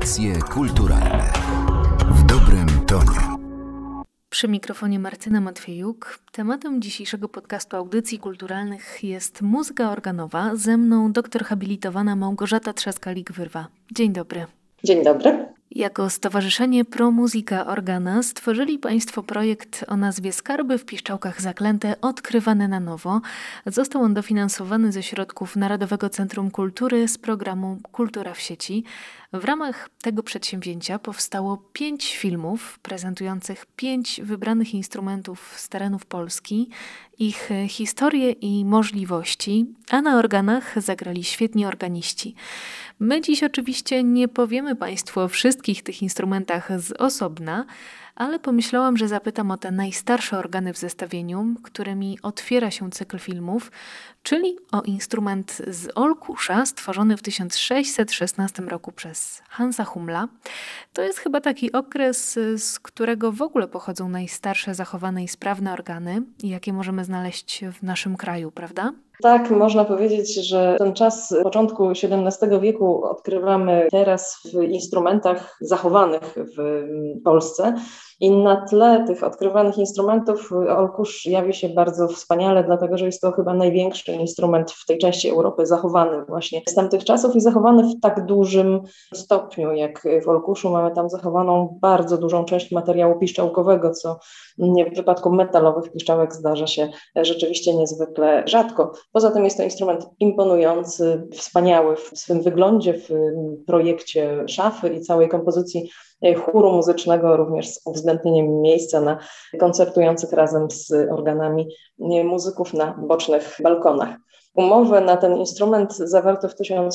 Audycje kulturalne w dobrym tonie. Przy mikrofonie Martyna Matwiejuk. Tematem dzisiejszego podcastu Audycji Kulturalnych jest muzyka organowa. Ze mną doktor habilitowana Małgorzata Trzaskalik-Wyrwa. Dzień dobry. Dzień dobry. Jako Stowarzyszenie Pro Musica Organa stworzyli Państwo projekt o nazwie Skarby w Piszczałkach Zaklęte – Odkrywane na nowo. Został on dofinansowany ze środków Narodowego Centrum Kultury z programu Kultura w sieci. W ramach tego przedsięwzięcia powstało 5 filmów prezentujących 5 wybranych instrumentów z terenów Polski, ich historie i możliwości, a na organach zagrali świetni organiści. My dziś oczywiście nie powiemy Państwu o wszystkich tych instrumentach z osobna, ale pomyślałam, że zapytam o te najstarsze organy w zestawieniu, którymi otwiera się cykl filmów, czyli o instrument z Olkusza, stworzony w 1616 roku przez Hansa Hummla. To jest chyba taki okres, z którego w ogóle pochodzą najstarsze zachowane i sprawne organy, jakie możemy znaleźć w naszym kraju, prawda? Tak, można powiedzieć, że ten czas początku XVII wieku odkrywamy teraz w instrumentach zachowanych w Polsce. I na tle tych odkrywanych instrumentów Olkusz jawi się bardzo wspaniale, dlatego że jest to chyba największy instrument w tej części Europy zachowany właśnie z tamtych czasów i zachowany w tak dużym stopniu jak w Olkuszu. Mamy tam zachowaną bardzo dużą część materiału piszczałkowego, co w wypadku metalowych piszczałek zdarza się rzeczywiście niezwykle rzadko. Poza tym jest to instrument imponujący, wspaniały w swym wyglądzie, w projekcie szafy i całej kompozycji chóru muzycznego, również z uwzględnieniem miejsca na koncertujących razem z organami muzyków na bocznych balkonach. Umowę na ten instrument zawarto w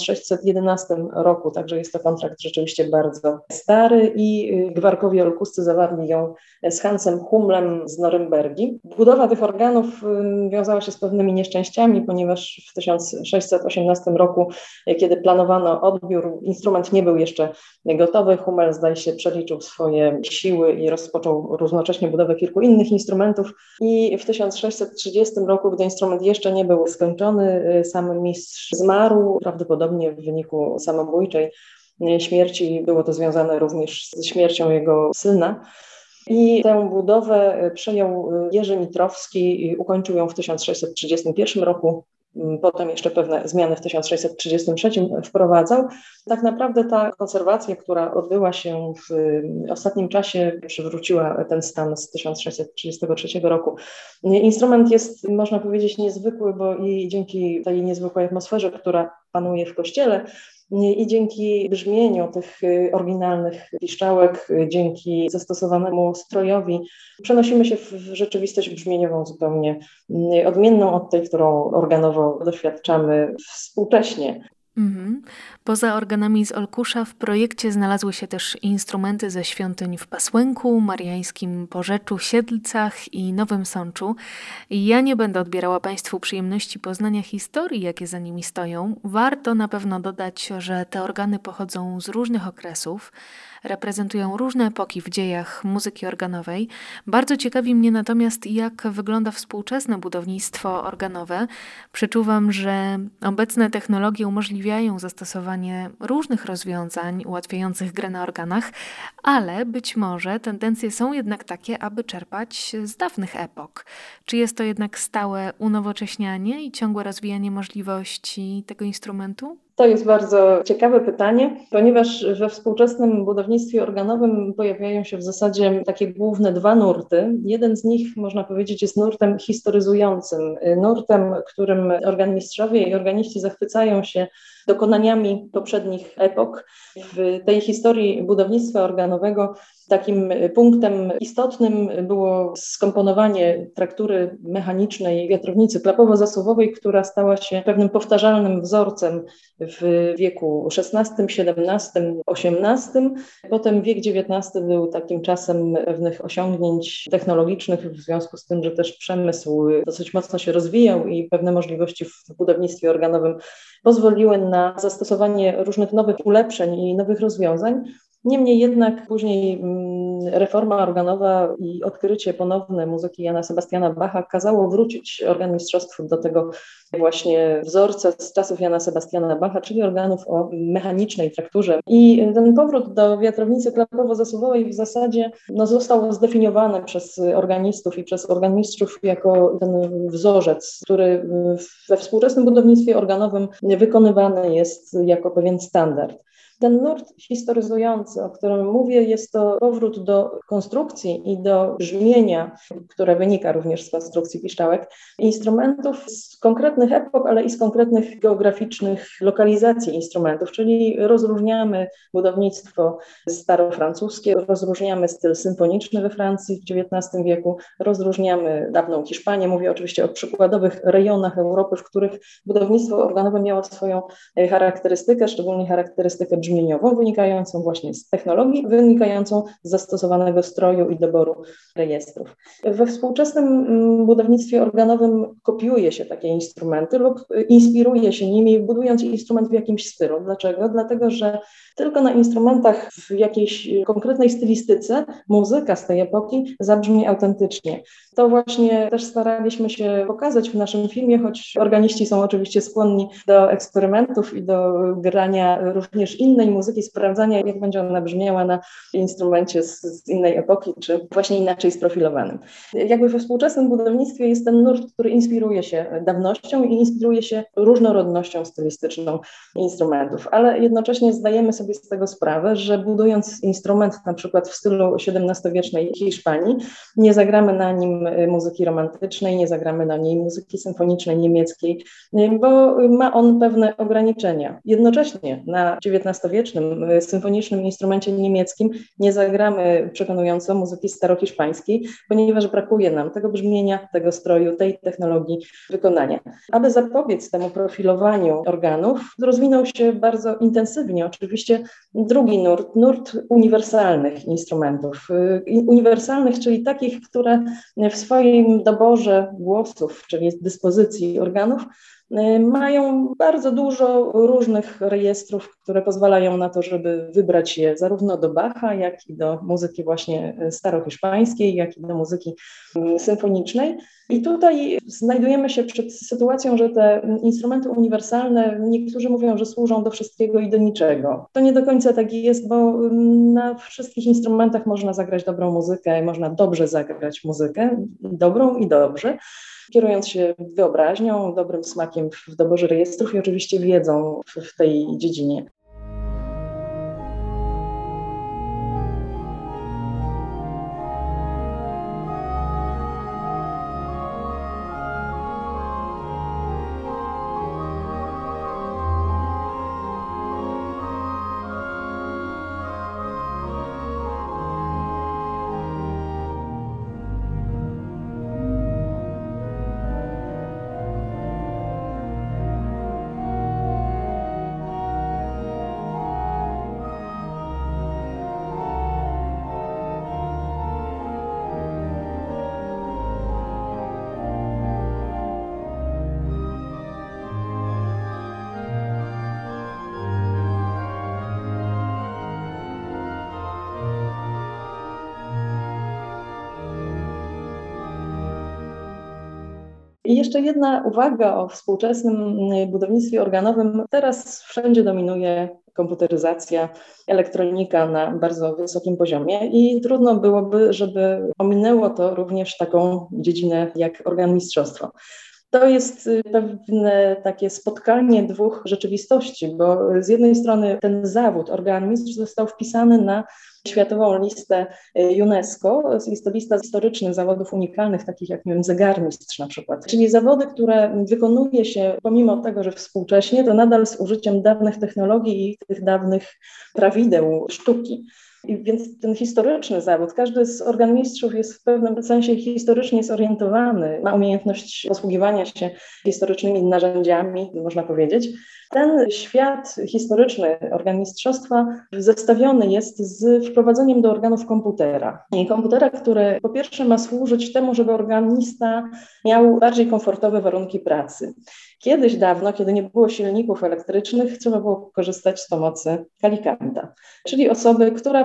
1611 roku, także jest to kontrakt rzeczywiście bardzo stary i gwarkowie olkuscy zawarli ją z Hansem Hummlem z Norymbergi. Budowa tych organów wiązała się z pewnymi nieszczęściami, ponieważ w 1618 roku, kiedy planowano odbiór, instrument nie był jeszcze gotowy. Hummel, zdaje się, przeliczył swoje siły i rozpoczął równocześnie budowę kilku innych instrumentów i w 1630 roku, gdy instrument jeszcze nie był skończony, sam mistrz zmarł, prawdopodobnie w wyniku samobójczej śmierci. Było to związane również ze śmiercią jego syna. I tę budowę przejął Jerzy Mitrowski i ukończył ją w 1631 roku. Potem jeszcze pewne zmiany w 1633 wprowadzał. Tak naprawdę ta konserwacja, która odbyła się w ostatnim czasie, przywróciła ten stan z 1633 roku. Instrument jest, można powiedzieć, niezwykły, bo i dzięki tej niezwykłej atmosferze, która panuje w kościele, i dzięki brzmieniu tych oryginalnych piszczałek, dzięki zastosowanemu strojowi przenosimy się w rzeczywistość brzmieniową zupełnie odmienną od tej, którą organowo doświadczamy współcześnie. Poza organami z Olkusza w projekcie znalazły się też instrumenty ze świątyń w Pasłęku, Mariańskim Porzeczu, Siedlcach i Nowym Sączu. Ja nie będę odbierała Państwu przyjemności poznania historii, jakie za nimi stoją. Warto na pewno dodać, że te organy pochodzą z różnych okresów, reprezentują różne epoki w dziejach muzyki organowej. Bardzo ciekawi mnie natomiast, jak wygląda współczesne budownictwo organowe. Przeczuwam, że obecne technologie umożliwiają zastosowanie różnych rozwiązań ułatwiających grę na organach, ale być może tendencje są jednak takie, aby czerpać z dawnych epok. Czy jest to jednak stałe unowocześnianie i ciągłe rozwijanie możliwości tego instrumentu? To jest bardzo ciekawe pytanie, ponieważ we współczesnym budownictwie organowym pojawiają się w zasadzie takie główne 2 nurty. Jeden z nich, można powiedzieć, jest nurtem historyzującym, nurtem, którym organmistrzowie i organiści zachwycają się dokonaniami poprzednich epok. W tej historii budownictwa organowego takim punktem istotnym było skomponowanie traktury mechanicznej wiatrownicy klapowo-zasuwowej, która stała się pewnym powtarzalnym wzorcem w wieku XVI, XVII, XVIII. Potem wiek XIX był takim czasem pewnych osiągnięć technologicznych, w związku z tym, że też przemysł dosyć mocno się rozwijał i pewne możliwości w budownictwie organowym pozwoliły na zastosowanie różnych nowych ulepszeń i nowych rozwiązań. Niemniej jednak później reforma organowa i odkrycie ponowne muzyki Jana Sebastiana Bacha kazało wrócić organmistrzostwu do tego właśnie wzorce z czasów Jana Sebastiana Bacha, czyli organów o mechanicznej trakturze. I ten powrót do wiatrownicy klapowo-zasuwowej w zasadzie został zdefiniowany przez organistów i przez organmistrzów jako ten wzorzec, który we współczesnym budownictwie organowym wykonywany jest jako pewien standard. Ten nurt historyzujący, o którym mówię, jest to powrót do konstrukcji i do brzmienia, które wynika również z konstrukcji piszczałek, instrumentów z konkretnych epok, ale i z konkretnych geograficznych lokalizacji instrumentów, czyli rozróżniamy budownictwo starofrancuskie, rozróżniamy styl symfoniczny we Francji w XIX wieku, rozróżniamy dawną Hiszpanię. Mówię oczywiście o przykładowych rejonach Europy, w których budownictwo organowe miało swoją charakterystykę, szczególnie charakterystykę brzmieniową, wynikającą właśnie z technologii, wynikającą z zastosowanego stroju i doboru rejestrów. We współczesnym budownictwie organowym kopiuje się takie instrumenty lub inspiruje się nimi, budując instrument w jakimś stylu. Dlaczego? Dlatego, że tylko na instrumentach w jakiejś konkretnej stylistyce muzyka z tej epoki zabrzmi autentycznie. To właśnie też staraliśmy się pokazać w naszym filmie, choć organiści są oczywiście skłonni do eksperymentów i do grania również innej muzyki, sprawdzania, jak będzie ona brzmiała na instrumencie z innej epoki, czy właśnie inaczej sprofilowanym. Jakby we współczesnym budownictwie jest ten nurt, który inspiruje się dawnością i inspiruje się różnorodnością stylistyczną instrumentów, ale jednocześnie zdajemy sobie z tego sprawę, że budując instrument na przykład w stylu XVII-wiecznej Hiszpanii, nie zagramy na nim muzyki romantycznej, nie zagramy na niej muzyki symfonicznej niemieckiej, bo ma on pewne ograniczenia. Jednocześnie na XIX-wiecznym symfonicznym instrumencie niemieckim nie zagramy przekonująco muzyki starohiszpańskiej, ponieważ brakuje nam tego brzmienia, tego stroju, tej technologii wykonania. Aby zapobiec temu profilowaniu organów, rozwinął się bardzo intensywnie oczywiście drugi nurt uniwersalnych instrumentów. Uniwersalnych, czyli takich, które w swoim doborze głosów, czyli dyspozycji organów, mają bardzo dużo różnych rejestrów, które pozwalają na to, żeby wybrać je zarówno do Bacha, jak i do muzyki właśnie starohiszpańskiej, jak i do muzyki symfonicznej. I tutaj znajdujemy się przed sytuacją, że te instrumenty uniwersalne, niektórzy mówią, że służą do wszystkiego i do niczego. To nie do końca tak jest, bo na wszystkich instrumentach można zagrać dobrą muzykę, można dobrze zagrać muzykę, dobrą i dobrze, kierując się wyobraźnią, dobrym smakiem w doborze rejestrów i oczywiście wiedzą w tej dziedzinie. I jeszcze jedna uwaga o współczesnym budownictwie organowym. Teraz wszędzie dominuje komputeryzacja, elektronika na bardzo wysokim poziomie i trudno byłoby, żeby ominęło to również taką dziedzinę jak organmistrzostwo. To jest pewne takie spotkanie dwóch rzeczywistości, bo z jednej strony ten zawód organmistrz został wpisany na światową listę UNESCO, jest to lista historycznych zawodów unikalnych, takich jak, nie wiem, zegarmistrz na przykład, czyli zawody, które wykonuje się pomimo tego, że współcześnie, to nadal z użyciem dawnych technologii i tych dawnych prawideł sztuki. I więc ten historyczny zawód, każdy z organmistrzów jest w pewnym sensie historycznie zorientowany, ma umiejętność posługiwania się historycznymi narzędziami, można powiedzieć. Ten świat historyczny organmistrzostwa zestawiony jest z wprowadzeniem do organów komputera. I komputera, który po pierwsze ma służyć temu, żeby organista miał bardziej komfortowe warunki pracy. Kiedyś dawno, kiedy nie było silników elektrycznych, trzeba było korzystać z pomocy kalikanta, czyli osoby, która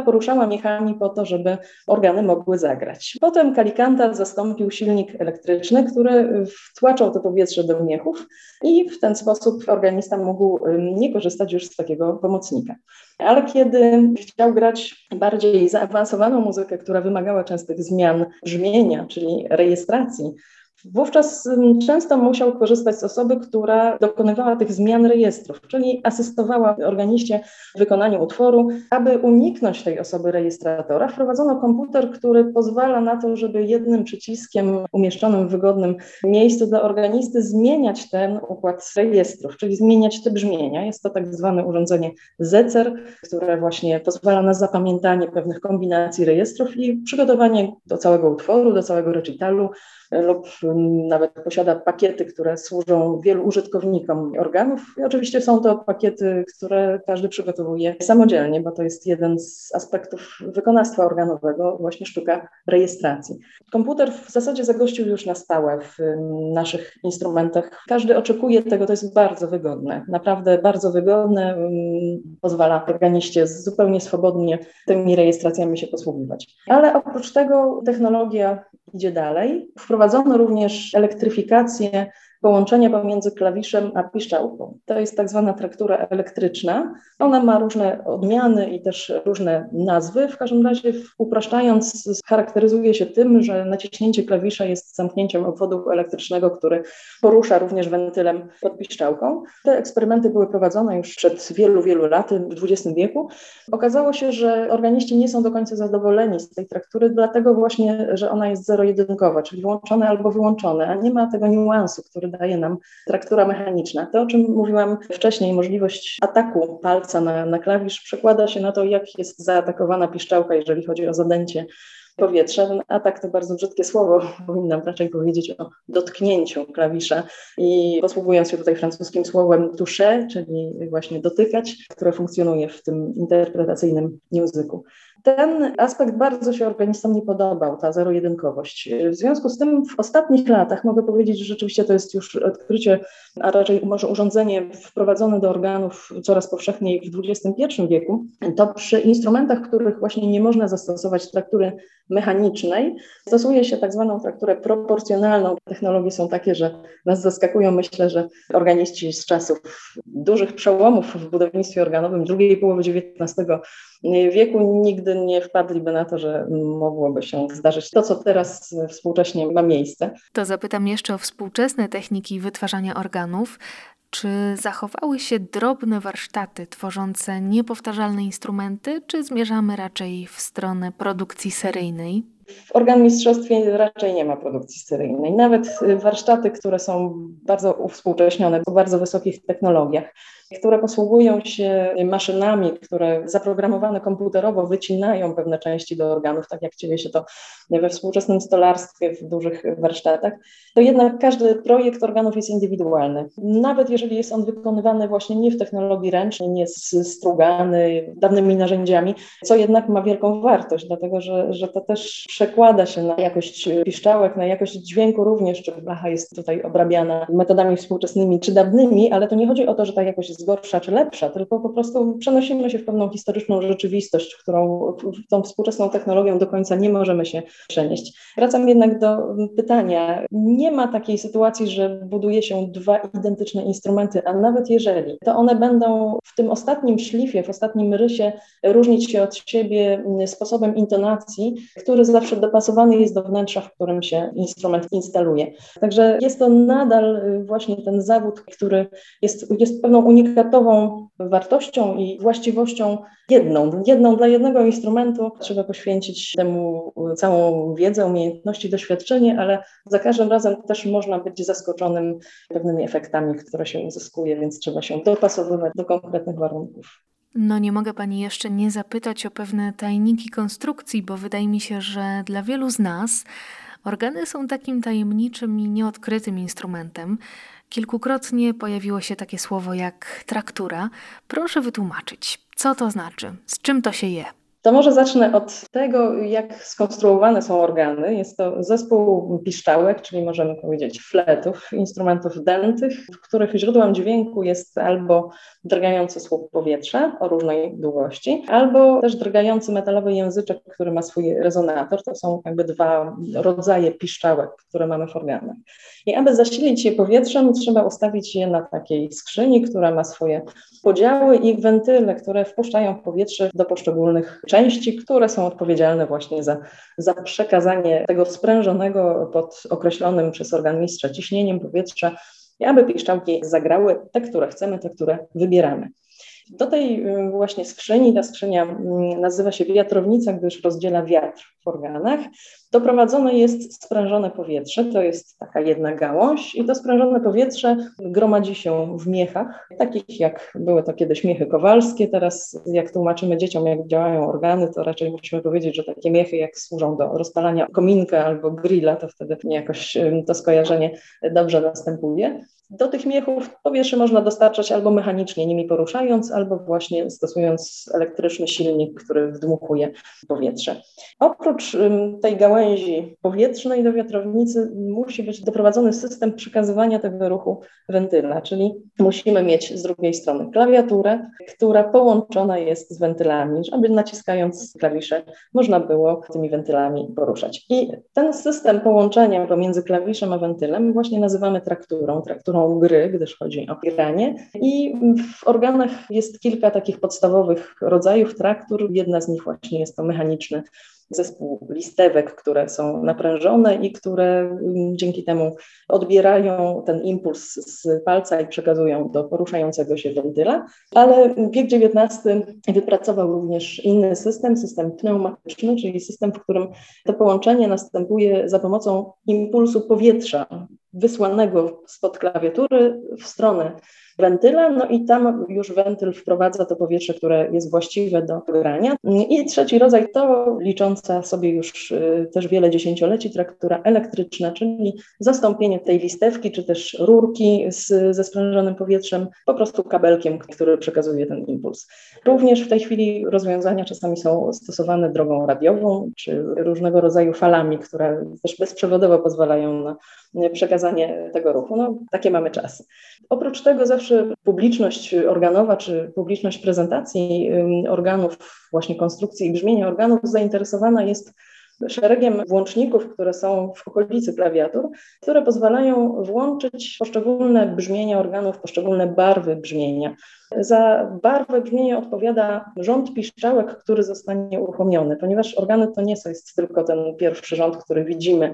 poruszała miechami po to, żeby organy mogły zagrać. Potem kalikanta zastąpił silnik elektryczny, który wtłaczał to powietrze do miechów i w ten sposób organista mógł nie korzystać już z takiego pomocnika. Ale kiedy chciał grać bardziej zaawansowaną muzykę, która wymagała częstych zmian brzmienia, czyli rejestracji, wówczas często musiał korzystać z osoby, która dokonywała tych zmian rejestrów, czyli asystowała organiście w wykonaniu utworu. Aby uniknąć tej osoby rejestratora, wprowadzono komputer, który pozwala na to, żeby jednym przyciskiem umieszczonym w wygodnym miejscu dla organisty zmieniać ten układ rejestrów, czyli zmieniać te brzmienia. Jest to tak zwane urządzenie Zecer, które właśnie pozwala na zapamiętanie pewnych kombinacji rejestrów i przygotowanie do całego utworu, do całego recitalu, lub nawet posiada pakiety, które służą wielu użytkownikom organów. I oczywiście są to pakiety, które każdy przygotowuje samodzielnie, bo to jest jeden z aspektów wykonawstwa organowego, właśnie sztuka rejestracji. Komputer w zasadzie zagościł już na stałe w naszych instrumentach. Każdy oczekuje tego, to jest bardzo wygodne, naprawdę bardzo wygodne, pozwala organiście zupełnie swobodnie tymi rejestracjami się posługiwać. Ale oprócz tego technologia idzie dalej. Wprowadzono również elektryfikację połączenia pomiędzy klawiszem a piszczałką. To jest tak zwana traktura elektryczna. Ona ma różne odmiany i też różne nazwy. W każdym razie, upraszczając, charakteryzuje się tym, że naciśnięcie klawisza jest zamknięciem obwodu elektrycznego, który porusza również wentylem pod piszczałką. Te eksperymenty były prowadzone już przed wielu laty, w XX wieku. Okazało się, że organiści nie są do końca zadowoleni z tej traktury, dlatego właśnie, że ona jest zero-jedynkowa, czyli włączone albo wyłączone, a nie ma tego niuansu, który daje nam traktura mechaniczna. To, o czym mówiłam wcześniej, możliwość ataku palca na klawisz przekłada się na to, jak jest zaatakowana piszczałka, jeżeli chodzi o zadęcie powietrza. Ten atak to bardzo brzydkie słowo, powinnam raczej powiedzieć o dotknięciu klawisza i posługując się tutaj francuskim słowem toucher, czyli właśnie dotykać, które funkcjonuje w tym interpretacyjnym języku. Ten aspekt bardzo się organistom nie podobał, ta zero-jedynkowość. W związku z tym w ostatnich latach mogę powiedzieć, że rzeczywiście to jest już odkrycie, a raczej może urządzenie wprowadzone do organów coraz powszechniej w XXI wieku. To przy instrumentach, których właśnie nie można zastosować traktury mechanicznej, stosuje się tak zwaną trakturę proporcjonalną. Technologie są takie, że nas zaskakują. Myślę, że organiści z czasów dużych przełomów w budownictwie organowym drugiej połowy XIX wieku nigdy nie wpadliby na to, że mogłoby się zdarzyć to, co teraz współcześnie ma miejsce. To zapytam jeszcze o współczesne techniki wytwarzania organów. Czy zachowały się drobne warsztaty tworzące niepowtarzalne instrumenty, czy zmierzamy raczej w stronę produkcji seryjnej? W organmistrzostwie raczej nie ma produkcji seryjnej. Nawet warsztaty, które są bardzo uwspółcześnione, w bardzo wysokich technologiach, które posługują się maszynami, które zaprogramowane komputerowo wycinają pewne części do organów, tak jak dzieje się to we współczesnym stolarstwie, w dużych warsztatach, to jednak każdy projekt organów jest indywidualny. Nawet jeżeli jest on wykonywany właśnie nie w technologii ręcznej, nie strugany dawnymi narzędziami, co jednak ma wielką wartość, dlatego że to też przekłada się na jakość piszczałek, na jakość dźwięku również, czy blacha jest tutaj obrabiana metodami współczesnymi czy dawnymi, ale to nie chodzi o to, że ta jakość jest gorsza czy lepsza, tylko po prostu przenosimy się w pewną historyczną rzeczywistość, którą tą współczesną technologią do końca nie możemy się przenieść. Wracam jednak do pytania. Nie ma takiej sytuacji, że buduje się dwa identyczne instrumenty, a nawet jeżeli, to one będą w tym ostatnim szlifie, w ostatnim rysie różnić się od siebie sposobem intonacji, który zawsze dopasowany jest do wnętrza, w którym się instrument instaluje. Także jest to nadal właśnie ten zawód, który jest pewną unikatową wartością i właściwością jedną dla jednego instrumentu. Trzeba poświęcić temu całą wiedzę, umiejętności, doświadczenie, ale za każdym razem też można być zaskoczonym pewnymi efektami, które się uzyskuje, więc trzeba się dopasowywać do konkretnych warunków. No nie mogę pani jeszcze nie zapytać o pewne tajniki konstrukcji, bo wydaje mi się, że dla wielu z nas organy są takim tajemniczym i nieodkrytym instrumentem. Kilkukrotnie pojawiło się takie słowo jak traktura. Proszę wytłumaczyć, co to znaczy, z czym to się je? To może zacznę od tego, jak skonstruowane są organy. Jest to zespół piszczałek, czyli możemy powiedzieć fletów, instrumentów dętych, w których źródłem dźwięku jest albo drgający słup powietrza o różnej długości, albo też drgający metalowy języczek, który ma swój rezonator. To są jakby dwa rodzaje piszczałek, które mamy w organach. I aby zasilić je powietrzem, trzeba ustawić je na takiej skrzyni, która ma swoje podziały i wentyle, które wpuszczają powietrze do poszczególnych części, które są odpowiedzialne właśnie za przekazanie tego sprężonego pod określonym przez organ mistrza ciśnieniem powietrza, i aby piszczałki zagrały te, które chcemy, te, które wybieramy. Do tej właśnie skrzyni, ta skrzynia nazywa się wiatrownica, gdyż rozdziela wiatr w organach. Doprowadzone jest sprężone powietrze, to jest taka jedna gałąź i to sprężone powietrze gromadzi się w miechach, takich jak były to kiedyś miechy kowalskie. Teraz jak tłumaczymy dzieciom, jak działają organy, to raczej musimy powiedzieć, że takie miechy jak służą do rozpalania kominka albo grilla, to wtedy jakoś to skojarzenie dobrze następuje. Do tych miechów powietrze można dostarczać albo mechanicznie nimi poruszając, albo właśnie stosując elektryczny silnik, który wdmuchuje powietrze. Oprócz tej gałęzi powietrznej do wiatrownicy musi być doprowadzony system przekazywania tego ruchu wentyla, czyli musimy mieć z drugiej strony klawiaturę, która połączona jest z wentylami, żeby naciskając klawisze można było tymi wentylami poruszać. I ten system połączenia pomiędzy klawiszem a wentylem właśnie nazywamy trakturą gry, gdyż chodzi o granie. I w organach jest kilka takich podstawowych rodzajów traktur. Jedna z nich właśnie jest to mechaniczny zespół listewek, które są naprężone i które dzięki temu odbierają ten impuls z palca i przekazują do poruszającego się wentyla. Ale wiek XIX wypracował również inny system pneumatyczny, czyli system, w którym to połączenie następuje za pomocą impulsu powietrza wysłanego spod klawiatury w stronę wentyla, no i tam już wentyl wprowadza to powietrze, które jest właściwe do grania. I trzeci rodzaj to licząca sobie już też wiele dziesięcioleci traktura elektryczna, czyli zastąpienie tej listewki czy też rurki ze sprężonym powietrzem po prostu kabelkiem, który przekazuje ten impuls. Również w tej chwili rozwiązania czasami są stosowane drogą radiową czy różnego rodzaju falami, które też bezprzewodowo pozwalają na przekazanie tego ruchu. No, takie mamy czasy. Oprócz tego zawsze publiczność organowa czy publiczność prezentacji organów, właśnie konstrukcji i brzmienia organów zainteresowana jest szeregiem włączników, które są w okolicy klawiatur, które pozwalają włączyć poszczególne brzmienia organów, poszczególne barwy brzmienia. Za barwę brzmienia odpowiada rząd piszczałek, który zostanie uruchomiony, ponieważ organy to nie jest tylko ten pierwszy rząd, który widzimy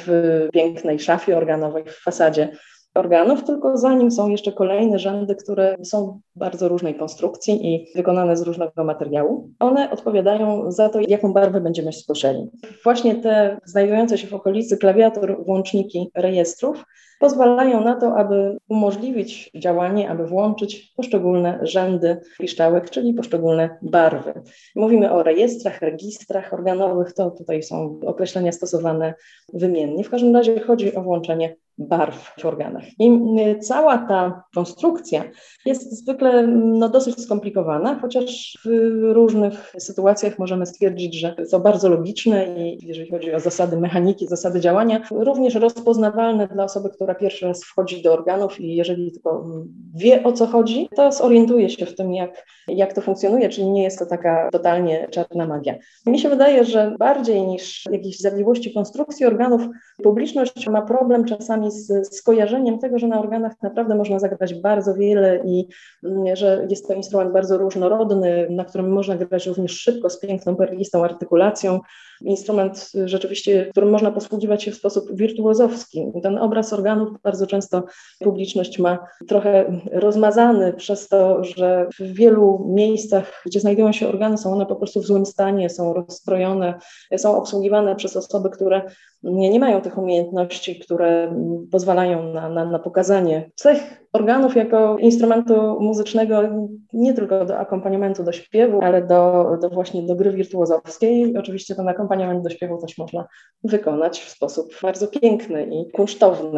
w pięknej szafie organowej, w fasadzie organów, tylko za nim są jeszcze kolejne rzędy, które są bardzo różnej konstrukcji i wykonane z różnego materiału. One odpowiadają za to, jaką barwę będziemy słyszeli. Właśnie te znajdujące się w okolicy klawiatur włączniki rejestrów pozwalają na to, aby umożliwić działanie, aby włączyć poszczególne rzędy piszczałek, czyli poszczególne barwy. Mówimy o rejestrach, registrach organowych, to tutaj są określenia stosowane wymiennie. W każdym razie chodzi o włączenie barw w organach. I cała ta konstrukcja jest zwykle dosyć skomplikowana, chociaż w różnych sytuacjach możemy stwierdzić, że to bardzo logiczne i jeżeli chodzi o zasady mechaniki, zasady działania, również rozpoznawalne dla osoby, która pierwszy raz wchodzi do organów i jeżeli tylko wie, o co chodzi, to zorientuje się w tym, jak to funkcjonuje, czyli nie jest to taka totalnie czarna magia. Mi się wydaje, że bardziej niż jakieś zawiłości konstrukcji organów, publiczność ma problem czasami z skojarzeniem tego, że na organach naprawdę można zagrać bardzo wiele i że jest to instrument bardzo różnorodny, na którym można grać również szybko, z piękną, perlistą artykulacją. Instrument rzeczywiście, którym można posługiwać się w sposób wirtuozowski. Ten obraz organów bardzo często publiczność ma trochę rozmazany przez to, że w wielu miejscach, gdzie znajdują się organy, są one po prostu w złym stanie, są rozstrojone, są obsługiwane przez osoby, które nie mają tych umiejętności, które pozwalają na pokazanie cech organów jako instrumentu muzycznego nie tylko do akompaniamentu do śpiewu, ale właśnie do gry wirtuozowskiej. Oczywiście ten akompaniament do śpiewu też można wykonać w sposób bardzo piękny i kunsztowny.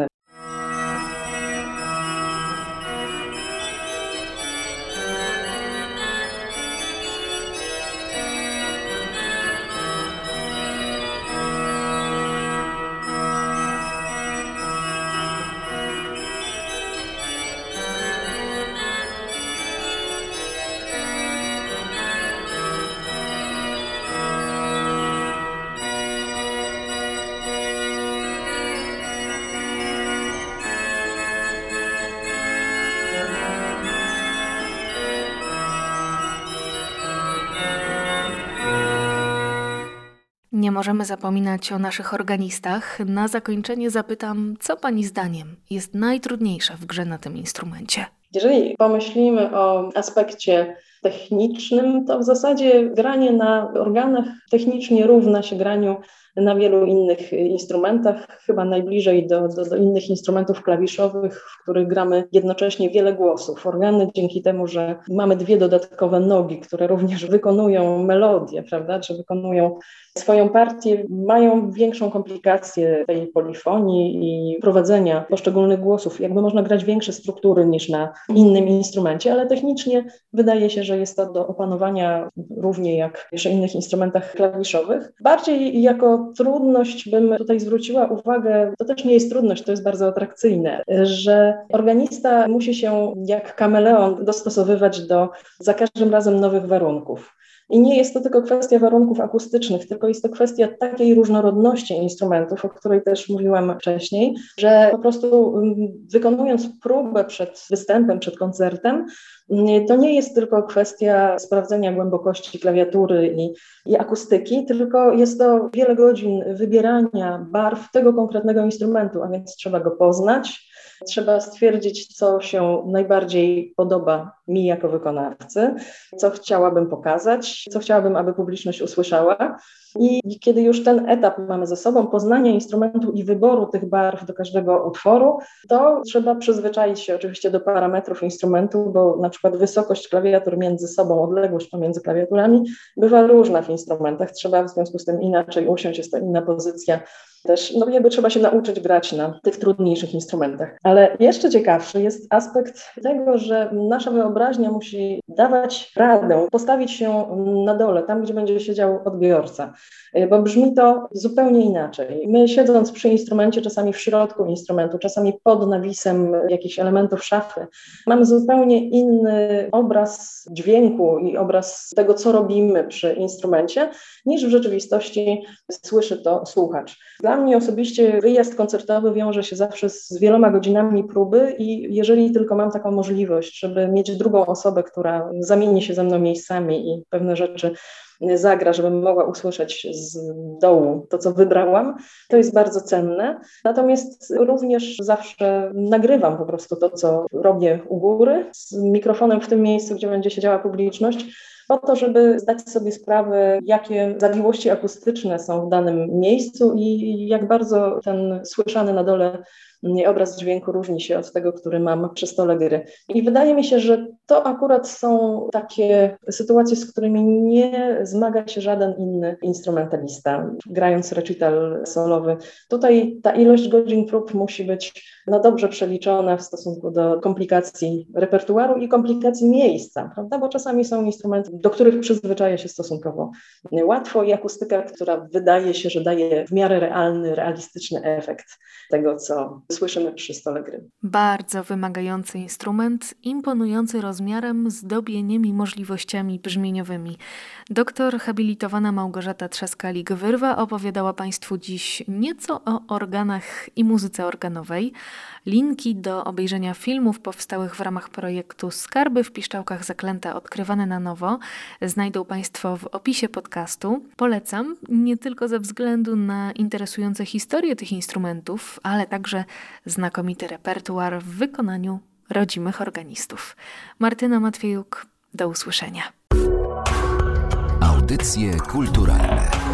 Nie możemy zapominać o naszych organistach. Na zakończenie zapytam, co Pani zdaniem jest najtrudniejsze w grze na tym instrumencie? Jeżeli pomyślimy o aspekcie technicznym, to w zasadzie granie na organach technicznie równa się graniu na wielu innych instrumentach, chyba najbliżej do innych instrumentów klawiszowych, w których gramy jednocześnie wiele głosów. Organy dzięki temu, że mamy dwie dodatkowe nogi, które również wykonują melodię, prawda, czy wykonują swoją partię, mają większą komplikację tej polifonii i prowadzenia poszczególnych głosów. Jakby można grać większe struktury niż na innym instrumencie, ale technicznie wydaje się, że jest to do opanowania równie jak przy innych instrumentach klawiszowych. Bardziej jako trudność bym tutaj zwróciła uwagę, to też nie jest trudność, to jest bardzo atrakcyjne, że organista musi się jak kameleon dostosowywać do za każdym razem nowych warunków. I nie jest to tylko kwestia warunków akustycznych, tylko jest to kwestia takiej różnorodności instrumentów, o której też mówiłam wcześniej, że po prostu wykonując próbę przed występem, przed koncertem, to nie jest tylko kwestia sprawdzenia głębokości klawiatury i akustyki, tylko jest to wiele godzin wybierania barw tego konkretnego instrumentu, a więc trzeba go poznać, trzeba stwierdzić, co się najbardziej podoba mi jako wykonawcy, co chciałabym pokazać, co chciałabym, aby publiczność usłyszała. I kiedy już ten etap mamy za sobą, poznania instrumentu i wyboru tych barw do każdego utworu, to trzeba przyzwyczaić się oczywiście do parametrów instrumentu, bo na przykład wysokość klawiatur między sobą, odległość pomiędzy klawiaturami bywa różna w instrumentach. Trzeba w związku z tym inaczej usiąść, jest to inna pozycja. Też jakby trzeba się nauczyć grać na tych trudniejszych instrumentach. Ale jeszcze ciekawszy jest aspekt tego, że nasza wyobraźnia musi dawać radę, postawić się na dole, tam gdzie będzie siedział odbiorca, bo brzmi to zupełnie inaczej. My siedząc przy instrumencie, czasami w środku instrumentu, czasami pod nawisem jakichś elementów szafy, mamy zupełnie inny obraz dźwięku i obraz tego, co robimy przy instrumencie, niż w rzeczywistości słyszy to słuchacz. Dla mnie osobiście wyjazd koncertowy wiąże się zawsze z wieloma godzinami próby i jeżeli tylko mam taką możliwość, żeby mieć drugą osobę, która zamieni się ze mną miejscami i pewne rzeczy zagra, żebym mogła usłyszeć z dołu to, co wybrałam, to jest bardzo cenne. Natomiast również zawsze nagrywam po prostu to, co robię u góry, z mikrofonem w tym miejscu, gdzie będzie siedziała publiczność, po to, żeby zdać sobie sprawę, jakie zawiłości akustyczne są w danym miejscu i jak bardzo ten słyszany na dole obraz dźwięku różni się od tego, który mam przy stole gry. I wydaje mi się, że to akurat są takie sytuacje, z którymi nie zmaga się żaden inny instrumentalista, grając recital solowy. Tutaj ta ilość godzin prób musi być dobrze przeliczona w stosunku do komplikacji repertuaru i komplikacji miejsca, prawda? Bo czasami są instrumenty, do których przyzwyczaja się stosunkowo łatwo i akustyka, która wydaje się, że daje w miarę realny, realistyczny efekt tego, co słyszymy przy stole gry. Bardzo wymagający instrument, imponujący rozmiarem, zdobieniem i możliwościami brzmieniowymi. Doktor habilitowana Małgorzata Trzaskalik-Wyrwa opowiadała Państwu dziś nieco o organach i muzyce organowej. Linki do obejrzenia filmów powstałych w ramach projektu Skarby w Piszczałkach Zaklęte odkrywane na nowo znajdą Państwo w opisie podcastu. Polecam nie tylko ze względu na interesujące historie tych instrumentów, ale także znakomity repertuar w wykonaniu rodzimych organistów. Martyna Matwiejuk, do usłyszenia. Audycje kulturalne